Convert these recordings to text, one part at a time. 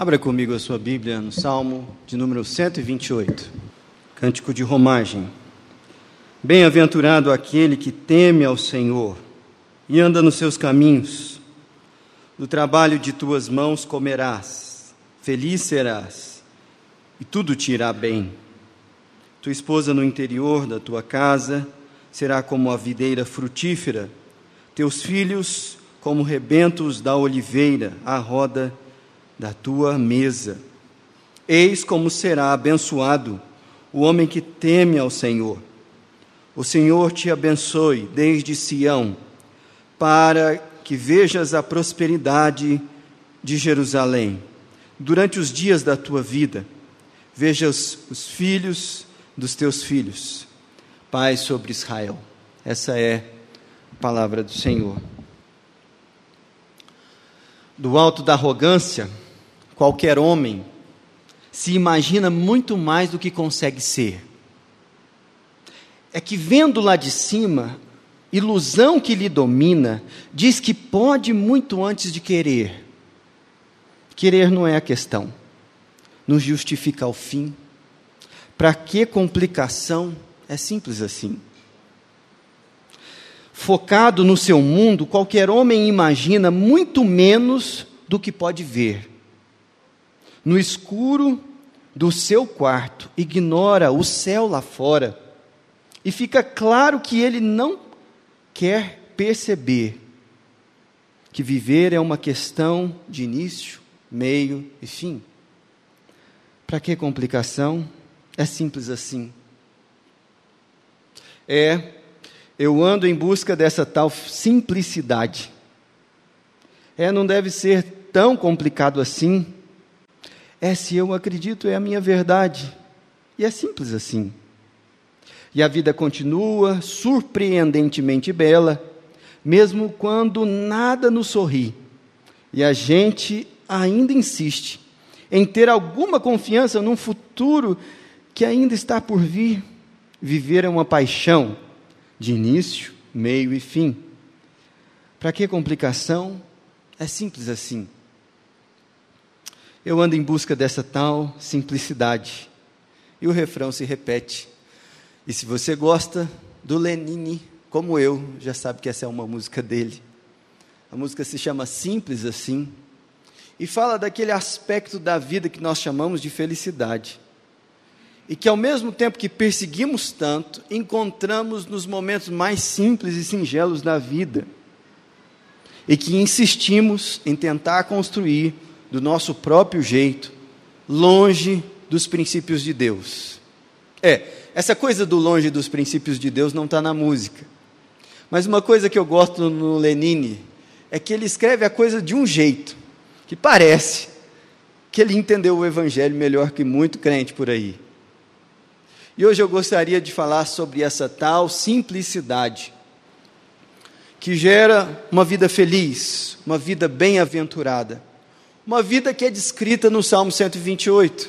Abra comigo a sua Bíblia no Salmo de número 128, Cântico de Romagem. Bem-aventurado aquele que teme ao Senhor e anda nos seus caminhos. Do trabalho de tuas mãos comerás, feliz serás, e tudo te irá bem. Tua esposa no interior da tua casa será como a videira frutífera, teus filhos como rebentos da oliveira à roda da tua mesa. Eis como será abençoado o homem que teme ao Senhor. O Senhor te abençoe desde Sião, para que vejas a prosperidade de Jerusalém. Durante os dias da tua vida, vejas os filhos dos teus filhos. Paz sobre Israel. Essa é a palavra do Senhor. Do alto da arrogância, qualquer homem se imagina muito mais do que consegue ser. É que vendo lá de cima, ilusão que lhe domina, diz que pode muito antes de querer. Querer não é a questão, não justifica o fim. Para que complicação? É simples assim. Focado no seu mundo, qualquer homem imagina muito menos do que pode ver. No escuro do seu quarto, ignora o céu lá fora, e fica claro que ele não quer perceber que viver é uma questão de início, meio e fim. Para que complicação? É simples assim. Eu ando em busca dessa tal simplicidade. Não deve ser tão complicado assim. Se eu acredito, é a minha verdade. E é simples assim. E a vida continua surpreendentemente bela, mesmo quando nada nos sorri. E a gente ainda insiste em ter alguma confiança num futuro que ainda está por vir. Viver é uma paixão de início, meio e fim. Para que complicação? É simples assim. Eu ando em busca dessa tal simplicidade. E o refrão se repete. E se você gosta do Lenine, como eu, já sabe que essa é uma música dele. A música se chama Simples Assim. E fala daquele aspecto da vida que nós chamamos de felicidade. E que ao mesmo tempo que perseguimos tanto, encontramos nos momentos mais simples e singelos da vida. E que insistimos em tentar construir do nosso próprio jeito, longe dos princípios de Deus. Essa coisa do longe dos princípios de Deus não está na música. Mas uma coisa que eu gosto no Lenine é que ele escreve a coisa de um jeito, que parece que ele entendeu o Evangelho melhor que muito crente por aí. E hoje eu gostaria de falar sobre essa tal simplicidade, que gera uma vida feliz, uma vida bem-aventurada, uma vida que é descrita no Salmo 128.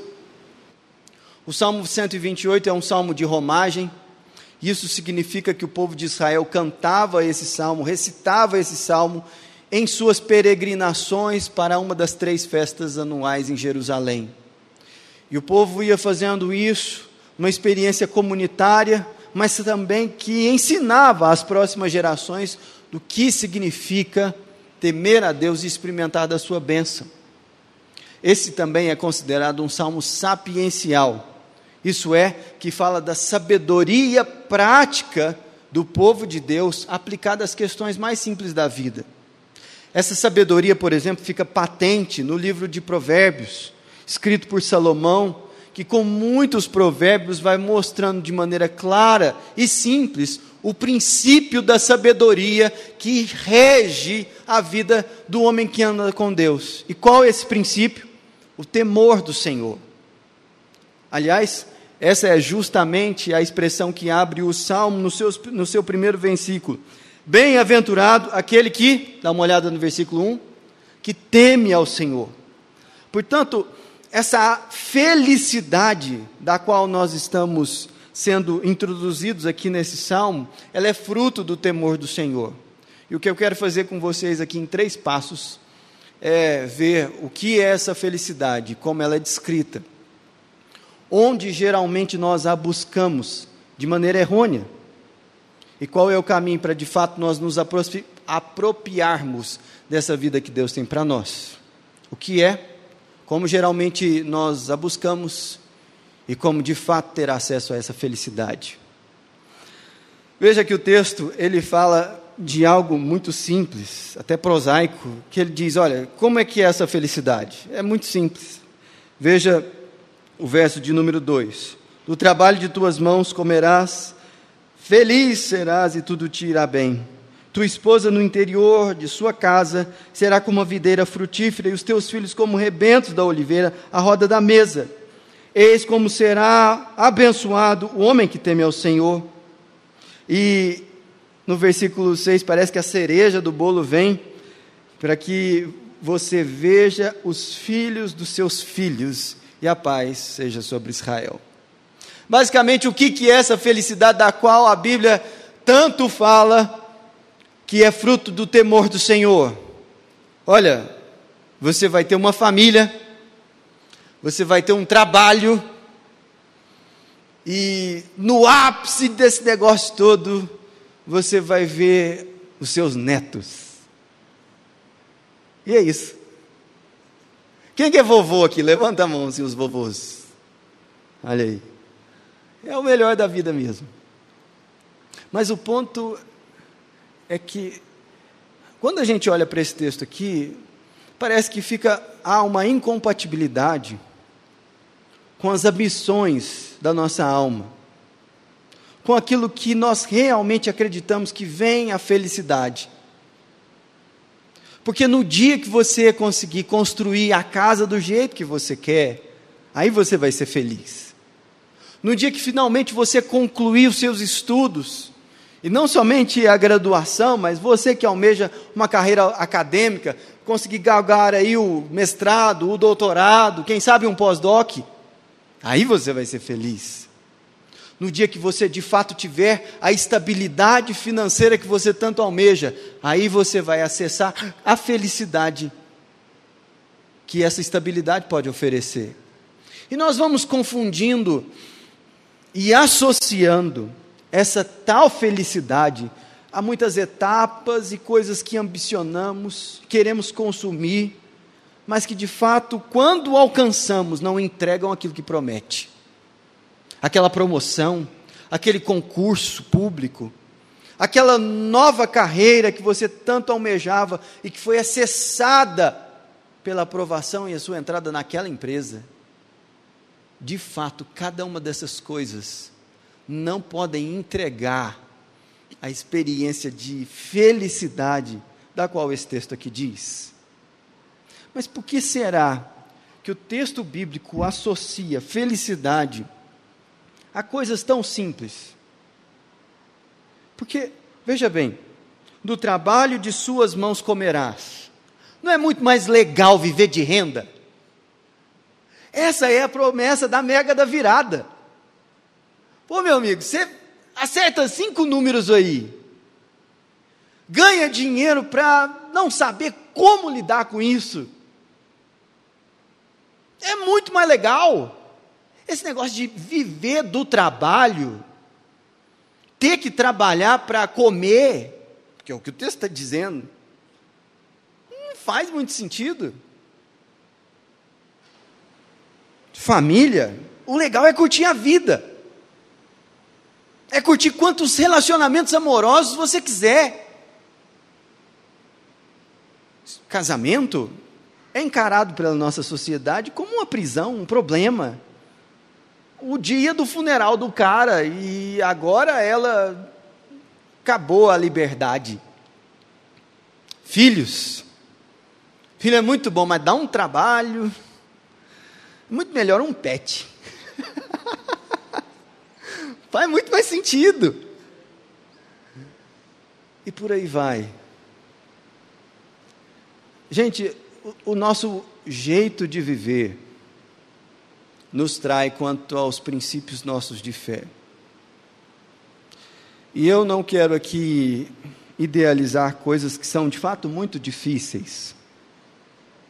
O Salmo 128 é um salmo de romagem. Isso significa que o povo de Israel cantava esse salmo, recitava esse salmo em suas peregrinações para uma das 3 festas anuais em Jerusalém. E o povo ia fazendo isso, uma experiência comunitária, mas também que ensinava às próximas gerações do que significa temer a Deus e experimentar da sua bênção. Esse também é considerado um salmo sapiencial, isso é, que fala da sabedoria prática do povo de Deus, aplicada às questões mais simples da vida. Essa sabedoria, por exemplo, fica patente no livro de Provérbios, escrito por Salomão, que com muitos provérbios vai mostrando de maneira clara e simples o princípio da sabedoria que rege a vida do homem que anda com Deus. E qual é esse princípio? O temor do Senhor. Aliás, essa é justamente a expressão que abre o Salmo no seu primeiro versículo. Bem-aventurado aquele que, dá uma olhada no versículo 1, que teme ao Senhor. Portanto, essa felicidade da qual nós estamos sendo introduzidos aqui nesse salmo, ela é fruto do temor do Senhor. E o que eu quero fazer com vocês aqui em 3 passos ver o que é essa felicidade, como ela é descrita, onde geralmente nós a buscamos de maneira errônea, e qual é o caminho para de fato nós nos apropriarmos dessa vida que Deus tem para nós. O que é, como geralmente nós a buscamos e como de fato ter acesso a essa felicidade. Veja que o texto, ele fala de algo muito simples, até prosaico, que ele diz, olha, como é que é essa felicidade? É muito simples. Veja o verso de número 2. Do trabalho de tuas mãos comerás, feliz serás e tudo te irá bem. Tua esposa no interior de sua casa será como uma videira frutífera e os teus filhos como rebentos da oliveira à roda da mesa. Eis como será abençoado o homem que teme ao Senhor. E no versículo 6 parece que a cereja do bolo vem para que você veja os filhos dos seus filhos e a paz seja sobre Israel. Basicamente, o que é essa felicidade da qual a Bíblia tanto fala, que é fruto do temor do Senhor? Olha, você vai ter uma família, você vai ter um trabalho, e no ápice desse negócio todo, você vai ver os seus netos. E é isso. Quem que é vovô aqui? Levanta a mão, assim, os vovôs. Olha aí. É o melhor da vida mesmo. Mas o ponto é que, quando a gente olha para esse texto aqui, parece que há uma incompatibilidade com as ambições da nossa alma, com aquilo que nós realmente acreditamos que vem a felicidade. Porque no dia que você conseguir construir a casa do jeito que você quer, aí você vai ser feliz. No dia que finalmente você concluir os seus estudos, e não somente a graduação, mas você que almeja uma carreira acadêmica, conseguir galgar aí o mestrado, o doutorado, quem sabe um pós-doc, aí você vai ser feliz. No dia que você de fato tiver a estabilidade financeira que você tanto almeja, aí você vai acessar a felicidade que essa estabilidade pode oferecer. E nós vamos confundindo e associando essa tal felicidade a muitas etapas e coisas que ambicionamos, queremos consumir, mas que de fato, quando alcançamos, não entregam aquilo que promete. Aquela promoção, aquele concurso público, aquela nova carreira que você tanto almejava e que foi acessada pela aprovação e a sua entrada naquela empresa. De fato, cada uma dessas coisas não podem entregar a experiência de felicidade da qual esse texto aqui diz. Mas por que será que o texto bíblico associa felicidade a coisas tão simples? Porque, veja bem, do trabalho de suas mãos comerás. Não é muito mais legal viver de renda? Essa é a promessa da mega da virada. Pô, meu amigo, você acerta 5 números aí, ganha dinheiro para não saber como lidar com isso. É muito mais legal. Esse negócio de viver do trabalho, ter que trabalhar para comer, que é o que o texto está dizendo, não faz muito sentido. Família, o legal é curtir a vida, é curtir quantos relacionamentos amorosos você quiser. Casamento é encarado pela nossa sociedade como uma prisão, um problema. O dia do funeral do cara, e agora ela acabou a liberdade. Filho é muito bom, mas dá um trabalho. Muito melhor um pet. Faz muito mais sentido. E por aí vai. Gente, o nosso jeito de viver nos trai quanto aos princípios nossos de fé. E eu não quero aqui idealizar coisas que são de fato muito difíceis.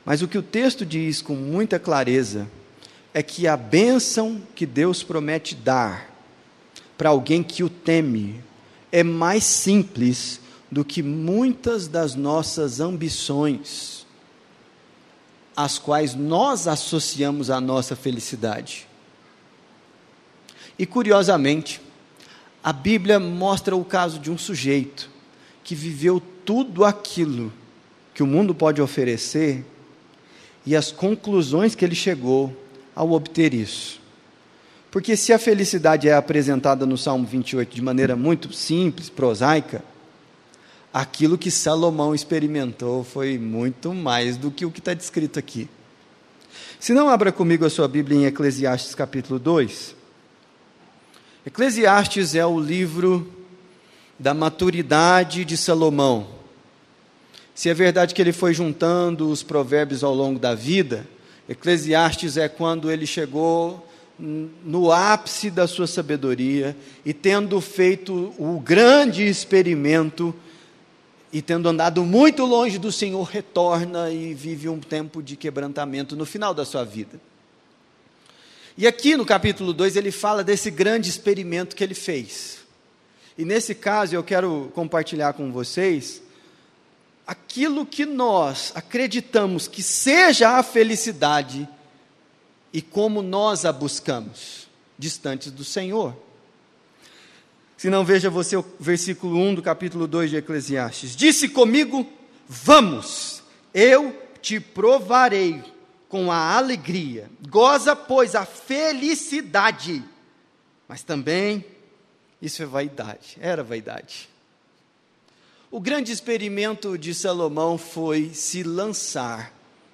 Mas o que o texto diz com muita clareza é que a bênção que Deus promete dar para alguém que o teme é mais simples do que muitas das nossas ambições, às quais nós associamos a nossa felicidade. E curiosamente, a Bíblia mostra o caso de um sujeito que viveu tudo aquilo que o mundo pode oferecer e as conclusões que ele chegou ao obter isso. Porque se a felicidade é apresentada no Salmo 28 de maneira muito simples, prosaica, aquilo que Salomão experimentou foi muito mais do que o que está descrito aqui. Se não, abra comigo a sua Bíblia em Eclesiastes capítulo 2. Eclesiastes é o livro da maturidade de Salomão. Se é verdade que ele foi juntando os provérbios ao longo da vida, Eclesiastes é quando ele chegou no ápice da sua sabedoria e tendo feito o grande experimento e tendo andado muito longe do Senhor, retorna e vive um tempo de quebrantamento no final da sua vida. E aqui no capítulo 2 ele fala desse grande experimento que ele fez. E nesse caso eu quero compartilhar com vocês aquilo que nós acreditamos que seja a felicidade e como nós a buscamos, distantes do Senhor. Se não, veja você o versículo 1 do capítulo 2 de Eclesiastes. Disse comigo, vamos, eu te provarei com a alegria. Goza, pois, a felicidade. Mas também, isso é vaidade, era vaidade. O grande experimento de Salomão foi se lançar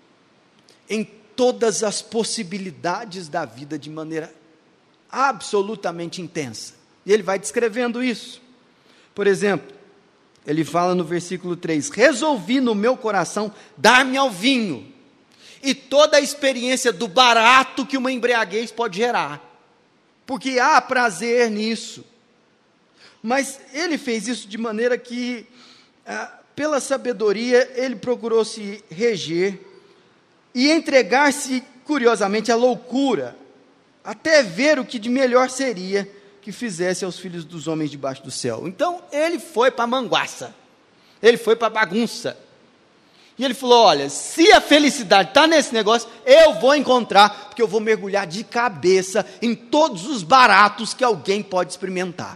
em todas as possibilidades da vida de maneira absolutamente intensa. E ele vai descrevendo isso. Por exemplo, ele fala no versículo 3, resolvi no meu coração dar-me ao vinho, e toda a experiência do barato que uma embriaguez pode gerar, porque há prazer nisso. Mas ele fez isso de maneira que, pela sabedoria, ele procurou se reger e entregar-se, curiosamente, à loucura, até ver o que de melhor seria que fizesse aos filhos dos homens debaixo do céu. Então, ele foi para a manguaça, ele foi para a bagunça, e ele falou, olha, se a felicidade está nesse negócio, eu vou encontrar, porque eu vou mergulhar de cabeça em todos os baratos que alguém pode experimentar.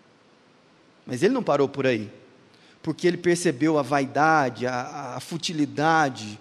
Mas ele não parou por aí, porque ele percebeu a vaidade, a futilidade,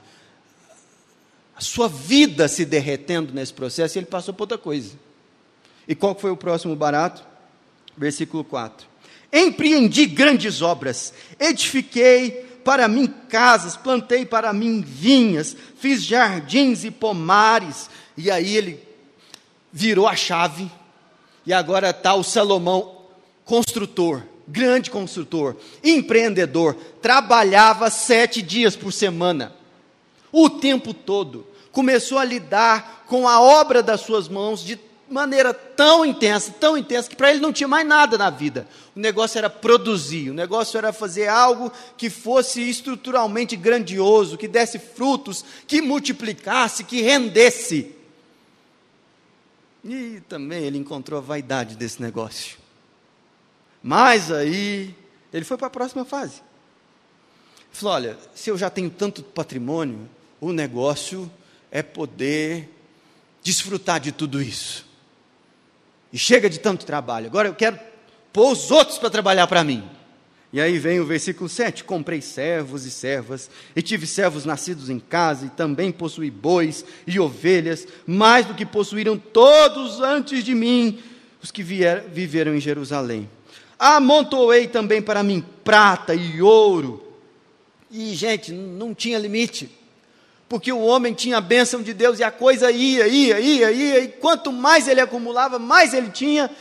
a sua vida se derretendo nesse processo, e ele passou para outra coisa. E qual foi o próximo barato? Versículo 4. Empreendi grandes obras, edifiquei para mim casas, plantei para mim vinhas, fiz jardins e pomares. E aí ele virou a chave, e agora está o Salomão, construtor, grande construtor, empreendedor, trabalhava 7 dias por semana, o tempo todo, começou a lidar com a obra das suas mãos de maneira tão intensa, que para ele não tinha mais nada na vida. O negócio era produzir, o negócio era fazer algo que fosse estruturalmente grandioso, que desse frutos, que multiplicasse, que rendesse. E também ele encontrou a vaidade desse negócio. Mas aí, ele foi para a próxima fase. Ele falou, olha, se eu já tenho tanto patrimônio, o negócio é poder desfrutar de tudo isso. E chega de tanto trabalho, agora eu quero pôr os outros para trabalhar para mim. E aí vem o versículo 7, comprei servos e servas, e tive servos nascidos em casa, e também possuí bois e ovelhas, mais do que possuíram todos antes de mim, os que viveram em Jerusalém. Amontoei também para mim prata e ouro, e gente, não tinha limite, porque o homem tinha a bênção de Deus, e a coisa ia, e quanto mais ele acumulava, mais ele tinha.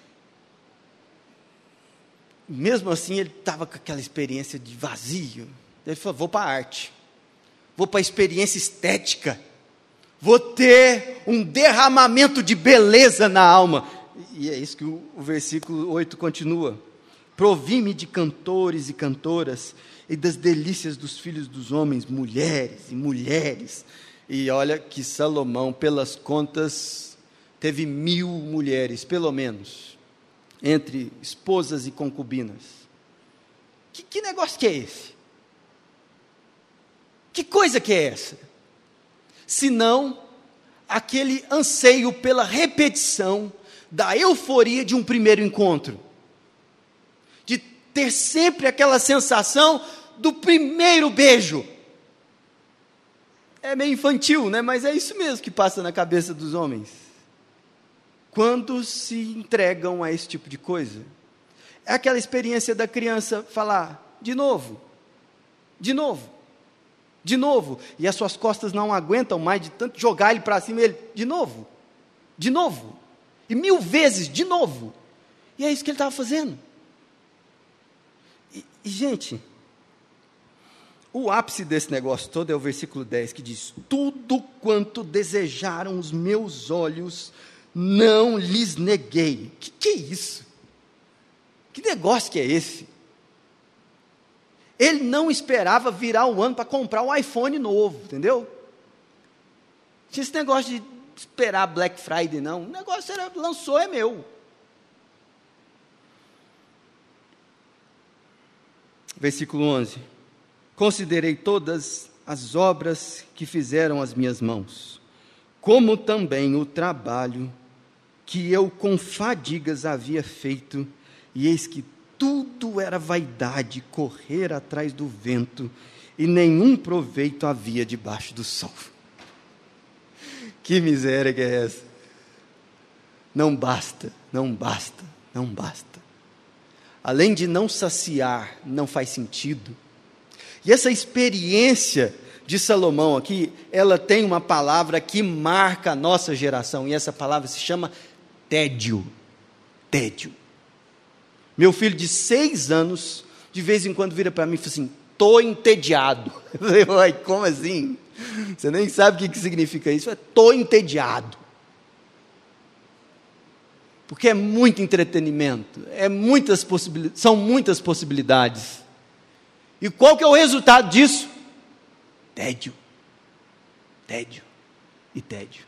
Mesmo assim, ele estava com aquela experiência de vazio. Ele falou, vou para a arte, vou para a experiência estética, vou ter um derramamento de beleza na alma. E é isso que o versículo 8 continua. Provi-me de cantores e cantoras, e das delícias dos filhos dos homens, mulheres e mulheres. E olha que Salomão, pelas contas, teve 1000 mulheres, pelo menos, entre esposas e concubinas. Que negócio que é esse? Que coisa que é essa? Senão aquele anseio pela repetição da euforia de um primeiro encontro, de ter sempre aquela sensação do primeiro beijo. É meio infantil, né? Mas é isso mesmo que passa na cabeça dos homens quando se entregam a esse tipo de coisa. É aquela experiência da criança falar de novo, de novo, de novo, e as suas costas não aguentam mais de tanto jogar ele para cima, ele, de novo, e 1000 vezes, de novo. E é isso que ele estava fazendo. E, gente, o ápice desse negócio todo é o versículo 10, que diz: tudo quanto desejaram os meus olhos, não lhes neguei. Que é isso? Que negócio que é esse? Ele não esperava virar o ano para comprar um iPhone novo, entendeu? Tinha esse negócio de esperar Black Friday, não. O negócio era, lançou, é meu. Versículo 11. Considerei todas as obras que fizeram as minhas mãos, como também o trabalho que eu com fadigas havia feito, e eis que tudo era vaidade, correr atrás do vento, e nenhum proveito havia debaixo do sol. Que miséria que é essa? Não basta, não basta, não basta. Além de não saciar, não faz sentido. E essa experiência de Salomão aqui, ela tem uma palavra que marca a nossa geração, e essa palavra se chama tédio. Tédio. Meu filho de 6 anos, de vez em quando vira para mim e fala assim: estou entediado. Eu falei: uai, como assim? Você nem sabe o que significa isso. Estou entediado. Porque é muito entretenimento, são muitas possibilidades. E qual que é o resultado disso? Tédio. Tédio e tédio.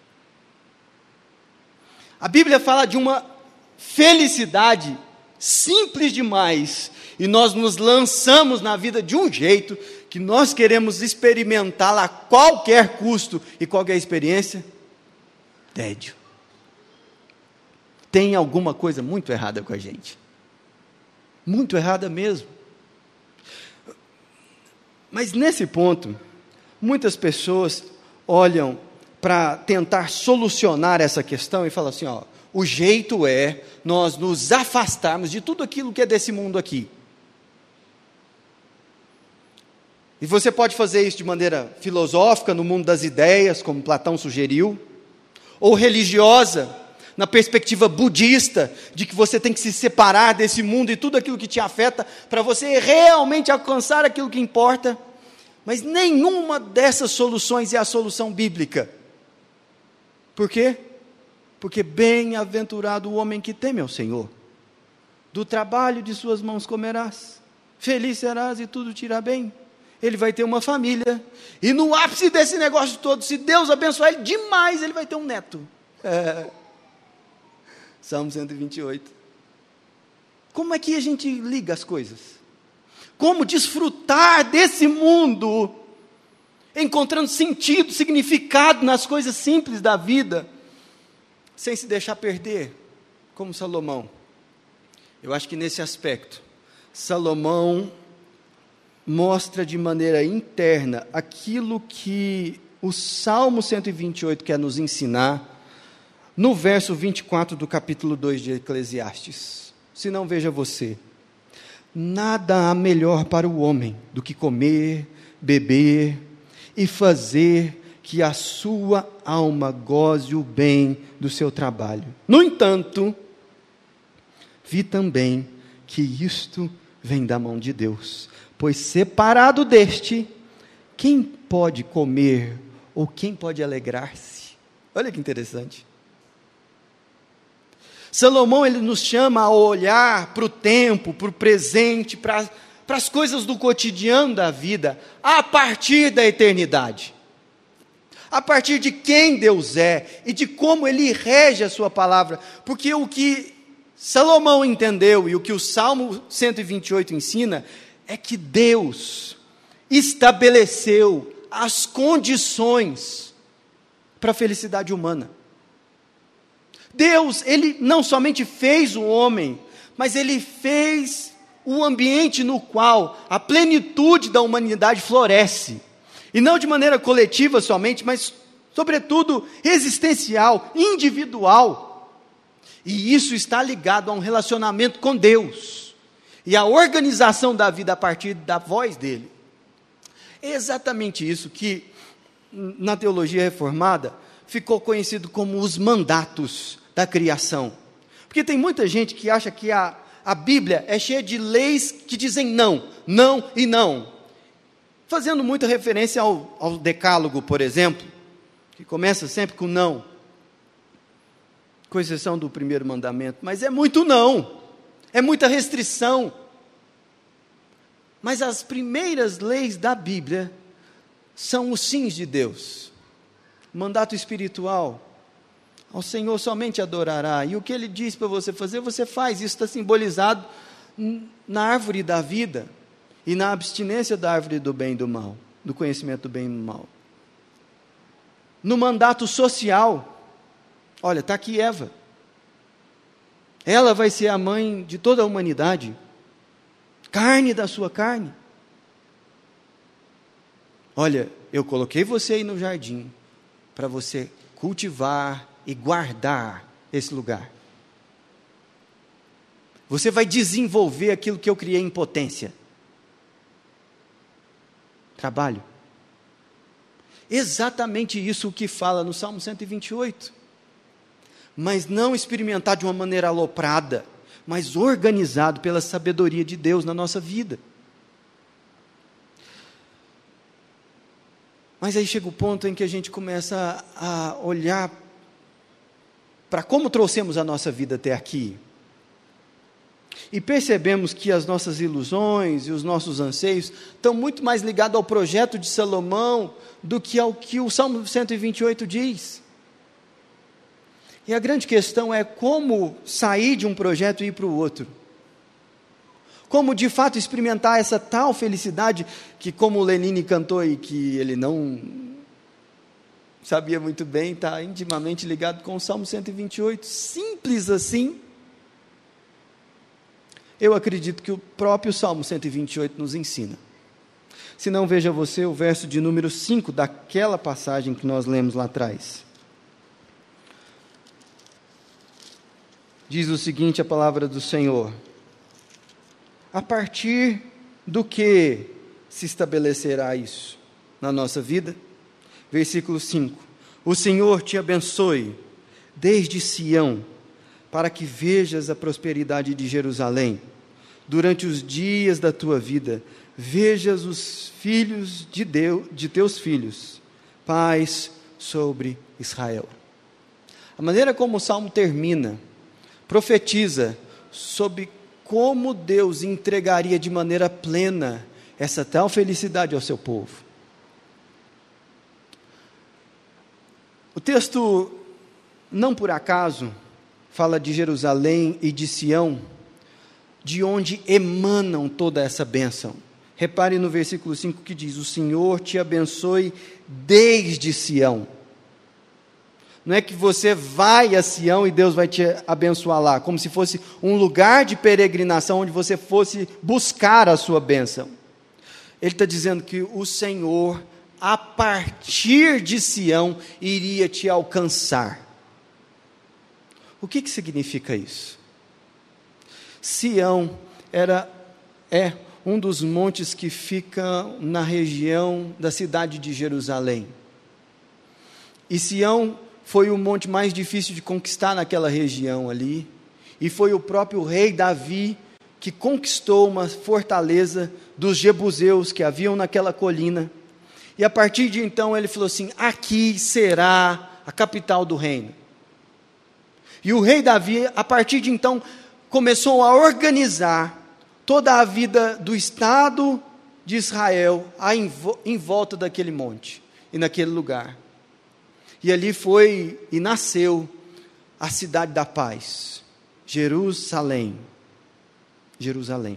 A Bíblia fala de uma felicidade simples demais, e nós nos lançamos na vida de um jeito que nós queremos experimentá-la a qualquer custo. E qual que é a experiência? Tédio. Tem alguma coisa muito errada com a gente. Muito errada mesmo. Mas nesse ponto, muitas pessoas olham para tentar solucionar essa questão e falam assim: ó, o jeito é nós nos afastarmos de tudo aquilo que é desse mundo aqui. E você pode fazer isso de maneira filosófica, no mundo das ideias, como Platão sugeriu, ou religiosa, na perspectiva budista, de que você tem que se separar desse mundo e tudo aquilo que te afeta, para você realmente alcançar aquilo que importa. Mas nenhuma dessas soluções é a solução bíblica. Por quê? Porque bem-aventurado o homem que teme ao Senhor. Do trabalho de suas mãos comerás, feliz serás e tudo te irá bem. Ele vai ter uma família, e no ápice desse negócio todo, se Deus abençoar ele demais, ele vai ter um neto. Salmo 128. Como é que a gente liga as coisas? Como desfrutar desse mundo, encontrando sentido, significado nas coisas simples da vida, sem se deixar perder, como Salomão. Eu acho que nesse aspecto, Salomão mostra de maneira interna aquilo que o Salmo 128 quer nos ensinar, no verso 24 do capítulo 2 de Eclesiastes. Se não, veja você: nada há melhor para o homem do que comer, beber e fazer que a sua alma goze o bem do seu trabalho. No entanto, vi também que isto vem da mão de Deus, pois separado deste, quem pode comer ou quem pode alegrar-se? Olha que interessante. Salomão, ele nos chama a olhar para o tempo, para o presente, para para as coisas do cotidiano da vida, a partir da eternidade. A partir de quem Deus é e de como Ele rege a sua palavra. Porque o que Salomão entendeu e o que o Salmo 128 ensina é que Deus estabeleceu as condições para a felicidade humana. Deus, Ele não somente fez o homem, mas Ele fez o ambiente no qual a plenitude da humanidade floresce. E não de maneira coletiva somente, mas, sobretudo, existencial, individual. E isso está ligado a um relacionamento com Deus. E a organização da vida a partir da voz dEle. É exatamente isso que, na teologia reformada, ficou conhecido como os mandatos da criação. Porque tem muita gente que acha que a Bíblia é cheia de leis que dizem não, não e não. Fazendo muita referência ao Decálogo, por exemplo, que começa sempre com não, com exceção do primeiro mandamento, mas é muito não, é muita restrição. Mas as primeiras leis da Bíblia são os sims de Deus. Mandato espiritual, ao Senhor somente adorará, e o que Ele diz para você fazer, você faz. Isso está simbolizado na árvore da vida, e na abstinência da árvore do bem e do mal, do conhecimento do bem e do mal. No mandato social, olha, está aqui Eva. Ela vai ser a mãe de toda a humanidade, carne da sua carne. Olha, eu coloquei você aí no jardim, para você cultivar e guardar esse lugar. Você vai desenvolver aquilo que eu criei em potência. Trabalho. Exatamente isso que fala no Salmo 128. Mas não experimentar de uma maneira aloprada, mas organizado pela sabedoria de Deus na nossa vida. Mas aí chega o ponto em que a gente começa a olhar para como trouxemos a nossa vida até aqui. E percebemos que as nossas ilusões e os nossos anseios estão muito mais ligados ao projeto de Salomão do que ao que o Salmo 128 diz. E a grande questão é como sair de um projeto e ir para o outro. Como de fato experimentar essa tal felicidade que, como o Lenine cantou e que ele não sabia muito bem, está intimamente ligado com o Salmo 128, simples assim. Eu acredito que o próprio Salmo 128 nos ensina. Se não, veja você o verso de número 5 daquela passagem que nós lemos lá atrás. Diz o seguinte a palavra do Senhor: a partir do que se estabelecerá isso na nossa vida? Versículo 5: o Senhor te abençoe desde Sião, para que vejas a prosperidade de Jerusalém. Durante os dias da tua vida, vejas os filhos de Deus, de teus filhos, paz sobre Israel. A maneira como o Salmo termina, profetiza sobre como Deus entregaria de maneira plena essa tal felicidade ao seu povo. O texto, não por acaso, fala de Jerusalém e de Sião, de onde emanam toda essa bênção. Repare no versículo 5 que diz: o Senhor te abençoe desde Sião. Não é que você vai a Sião e Deus vai te abençoar lá, como se fosse um lugar de peregrinação onde você fosse buscar a sua bênção. Ele está dizendo que o Senhor, a partir de Sião, iria te alcançar. O que significa isso? Sião é um dos montes que fica na região da cidade de Jerusalém. E Sião foi o monte mais difícil de conquistar naquela região ali, e foi o próprio rei Davi que conquistou uma fortaleza dos jebuseus que haviam naquela colina, e a partir de então ele falou assim: aqui será a capital do reino. E o rei Davi, a partir de então, começou a organizar toda a vida do Estado de Israel em volta daquele monte e naquele lugar. E ali foi e nasceu a cidade da paz, Jerusalém. Jerusalém.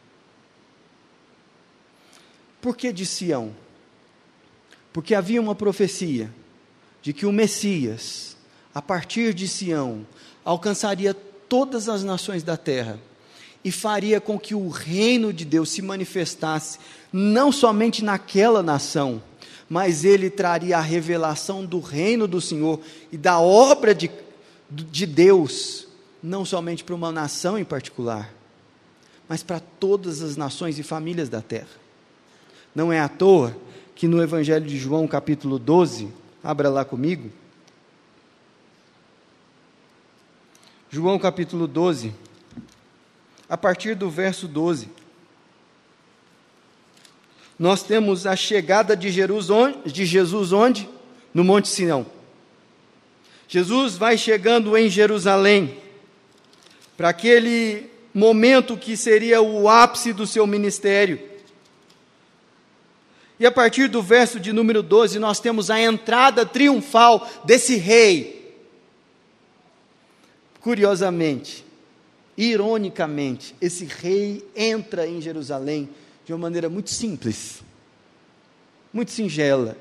Por que de Sião? Porque havia uma profecia de que o Messias, a partir de Sião, alcançaria todas as nações da terra e faria com que o reino de Deus se manifestasse não somente naquela nação, mas ele traria a revelação do reino do Senhor e da obra de Deus, não somente para uma nação em particular, mas para todas as nações e famílias da terra. Não é à toa que no Evangelho de João, capítulo 12, abra lá comigo, João capítulo 12, a partir do verso 12, nós temos a chegada de Jesus onde? No Monte Sião. Jesus vai chegando em Jerusalém, para aquele momento que seria o ápice do seu ministério. E a partir do verso de número 12, nós temos a entrada triunfal desse rei. Curiosamente, ironicamente, esse rei entra em Jerusalém de uma maneira muito simples, muito singela.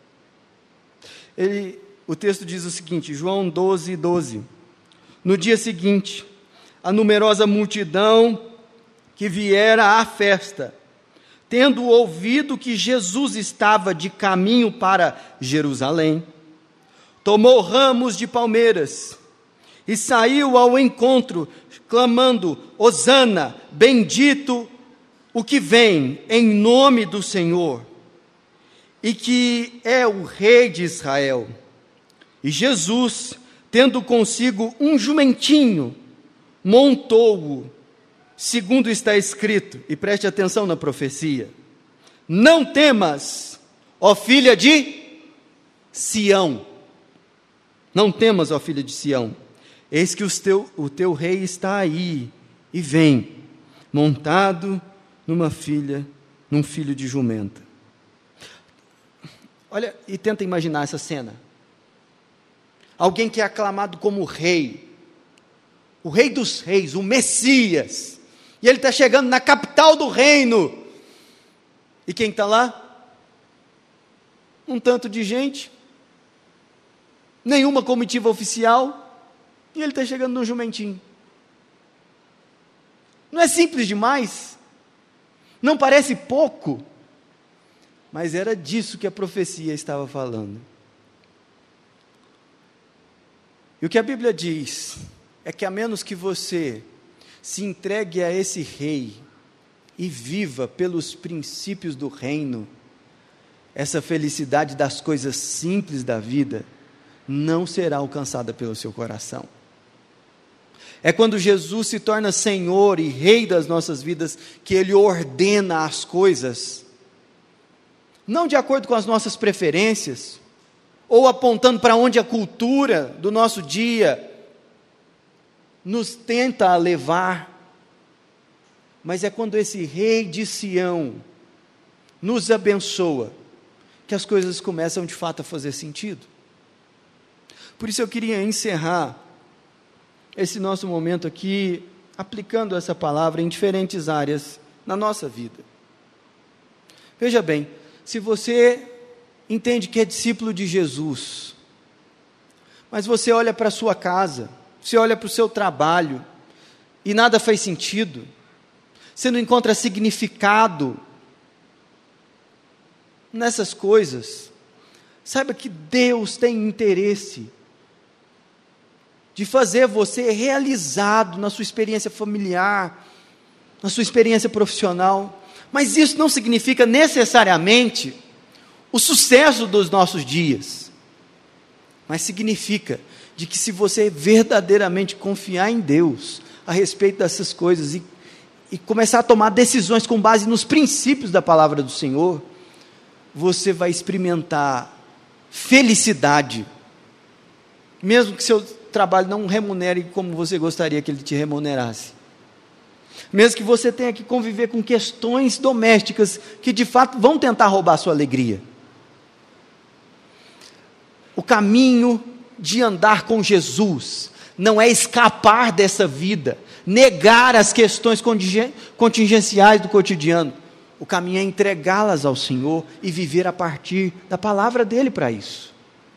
O texto diz o seguinte, João 12, 12. No dia seguinte, a numerosa multidão que viera à festa, tendo ouvido que Jesus estava de caminho para Jerusalém, tomou ramos de palmeiras e saiu ao encontro, clamando, Hosana, bendito o que vem em nome do Senhor, e que é o Rei de Israel. E Jesus, tendo consigo um jumentinho, montou-o, segundo está escrito, e preste atenção na profecia, não temas, ó filha de Sião, não temas, ó filha de Sião, eis que o teu rei está aí, e vem, montado num filho de jumenta. Olha, e tenta imaginar essa cena. Alguém que é aclamado como rei, o rei dos reis, o Messias, e ele está chegando na capital do reino, e quem está lá? Um tanto de gente, nenhuma comitiva oficial, e ele está chegando num jumentinho. Não é simples demais? Não parece pouco? Mas era disso que a profecia estava falando. E o que a Bíblia diz é que a menos que você se entregue a esse rei e viva pelos princípios do reino, essa felicidade das coisas simples da vida não será alcançada pelo seu coração. É quando Jesus se torna Senhor e Rei das nossas vidas que Ele ordena as coisas, não de acordo com as nossas preferências, ou apontando para onde a cultura do nosso dia nos tenta levar, mas é quando esse Rei de Sião nos abençoa, que as coisas começam de fato a fazer sentido. Por isso eu queria encerrar esse nosso momento aqui, aplicando essa palavra em diferentes áreas na nossa vida. Veja bem, se você entende que é discípulo de Jesus, mas você olha para a sua casa, você olha para o seu trabalho, e nada faz sentido, você não encontra significado nessas coisas, saiba que Deus tem interesse de fazer você realizado na sua experiência familiar, na sua experiência profissional, mas isso não significa necessariamente o sucesso dos nossos dias, mas significa de que se você verdadeiramente confiar em Deus a respeito dessas coisas e começar a tomar decisões com base nos princípios da palavra do Senhor, você vai experimentar felicidade, mesmo que seu trabalho não remunere como você gostaria que ele te remunerasse. mesmo que você tenha que conviver com questões domésticas que de fato vão tentar roubar a sua alegria. O caminho de andar com Jesus não é escapar dessa vida, negar as questões contingenciais do cotidiano. O caminho é entregá-las ao Senhor e viver a partir da palavra dele para isso.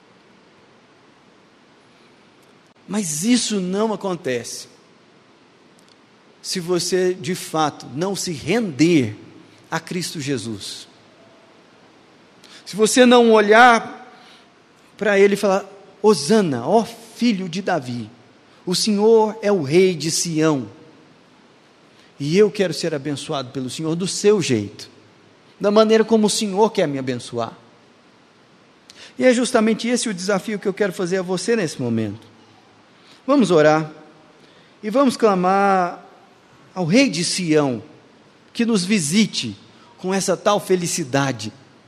Mas isso não acontece se você de fato não se render a Cristo Jesus. Se você não olhar para ele e falar: Hosana, ó filho de Davi, o Senhor é o rei de Sião, e eu quero ser abençoado pelo Senhor do seu jeito, da maneira como o Senhor quer me abençoar. E é justamente esse o desafio que eu quero fazer a você nesse momento. Vamos orar e vamos clamar ao rei de Sião que nos visite com essa tal felicidade,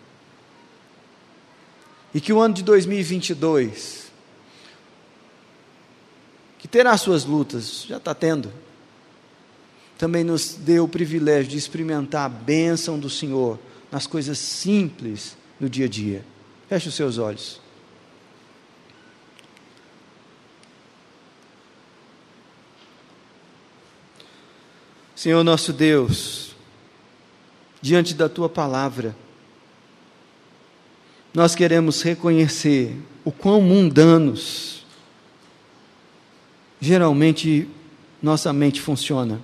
e que o ano de 2022, que terá suas lutas, já está tendo, também nos dê o privilégio de experimentar a bênção do Senhor nas coisas simples do dia a dia. Feche os seus olhos. Senhor nosso Deus, diante da Tua palavra, nós queremos reconhecer o quão mundanos geralmente nossa mente funciona.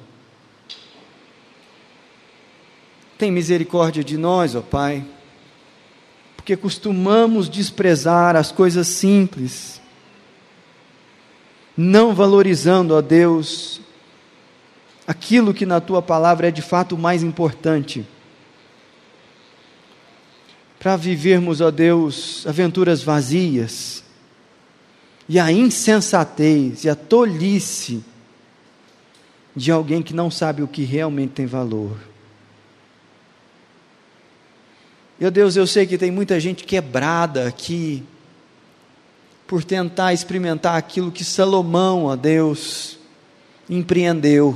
Tem misericórdia de nós, ó Pai, porque costumamos desprezar as coisas simples, não valorizando, ó Deus, aquilo que na Tua palavra é de fato o mais importante, para vivermos, ó Deus, aventuras vazias, e a insensatez e a tolice de alguém que não sabe o que realmente tem valor. Meu Deus, eu sei que tem muita gente quebrada aqui, por tentar experimentar aquilo que Salomão, ó Deus, empreendeu.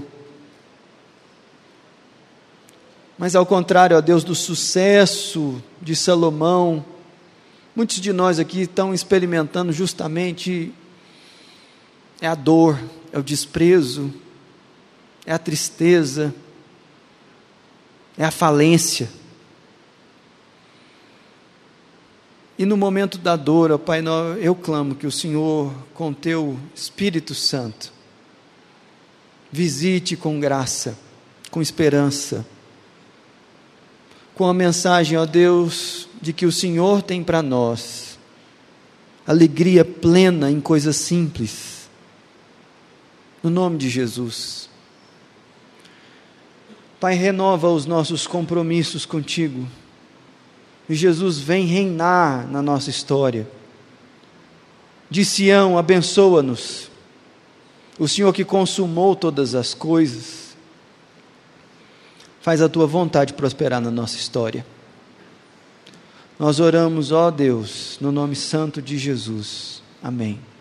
Mas ao contrário, ó Deus, do sucesso de Salomão, muitos de nós aqui estão experimentando justamente a dor, é o desprezo, é a tristeza, é a falência. E no momento da dor, ó Pai, eu clamo que o Senhor, com Teu Espírito Santo, visite com graça, com esperança, com a mensagem, ó Deus, de que o Senhor tem para nós alegria plena em coisas simples, no nome de Jesus. Pai, renova os nossos compromissos contigo, e Jesus vem reinar na nossa história. De Sião, abençoa-nos, o Senhor que consumou todas as coisas. Faz a Tua vontade prosperar na nossa história. Nós oramos, ó Deus, no nome santo de Jesus. Amém.